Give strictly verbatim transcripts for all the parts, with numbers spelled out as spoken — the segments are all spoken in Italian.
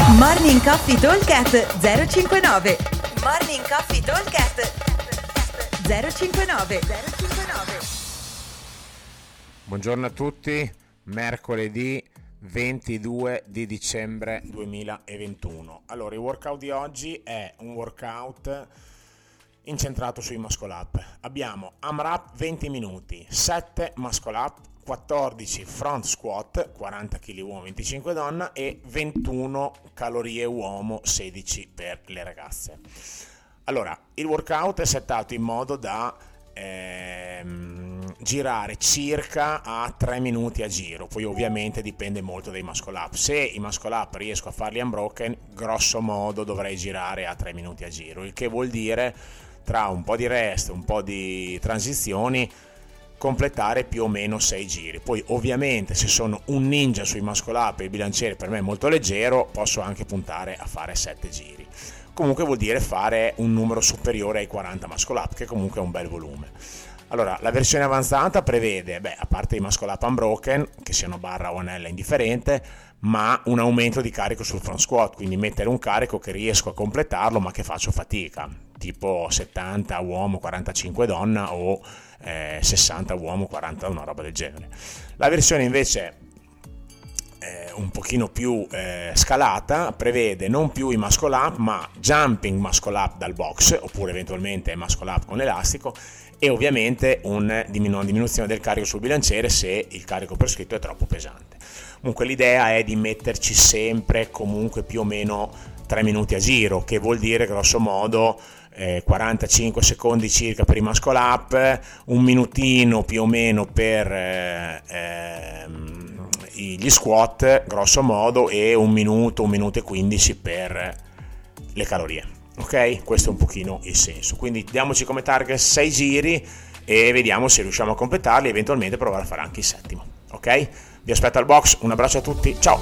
Morning Coffee Talkcast zero cinquantanove. Morning Coffee Talkcast zero cinquantanove. Buongiorno a tutti, mercoledì ventidue di dicembre duemilaventuno. Allora, il workout di oggi è un workout incentrato sui muscle up. Abbiamo AMRAP venti minuti, sette muscle up, quattordici front squat, quaranta chili uomo, venticinque donna e ventuno calorie uomo, sedici per le ragazze. Allora, il workout è settato in modo da ehm, girare circa a tre minuti a giro, poi ovviamente dipende molto dai muscle up. Se i muscle up riesco a farli unbroken, grosso modo dovrei girare a tre minuti a giro, il che vuol dire tra un po' di rest, un po' di transizioni, completare più o meno sei giri. Poi ovviamente se sono un ninja sui muscle up e il bilanciere per me è molto leggero, posso anche puntare a fare sette giri. Comunque vuol dire fare un numero superiore ai quaranta muscle up, che comunque è un bel volume. Allora, la versione avanzata prevede, beh, a parte i muscle up unbroken, che siano barra o anella indifferente, ma un aumento di carico sul front squat, quindi mettere un carico che riesco a completarlo ma che faccio fatica, tipo settanta uomo, quarantacinque donna o eh, sessanta uomo, quaranta, una roba del genere. La versione invece eh, un pochino più eh, scalata prevede non più i muscle up ma jumping muscle up dal box, oppure eventualmente muscle up con l'elastico, e ovviamente un, una diminuzione del carico sul bilanciere se il carico prescritto è troppo pesante. Comunque l'idea è di metterci sempre comunque più o meno tre minuti a giro, che vuol dire grosso modo eh, quarantacinque secondi circa per i muscle up, un minutino più o meno per eh, ehm, gli squat grosso modo, e un minuto, un minuto e quindici per le calorie. Ok, questo è un pochino il senso. Quindi diamoci come target sei giri e vediamo se riusciamo a completarli, eventualmente provare a fare anche il settimo. Ok, vi aspetto al box, un abbraccio a tutti, ciao.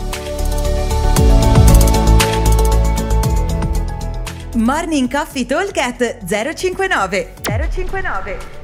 Morning Coffee Talkcast zero cinquantanove.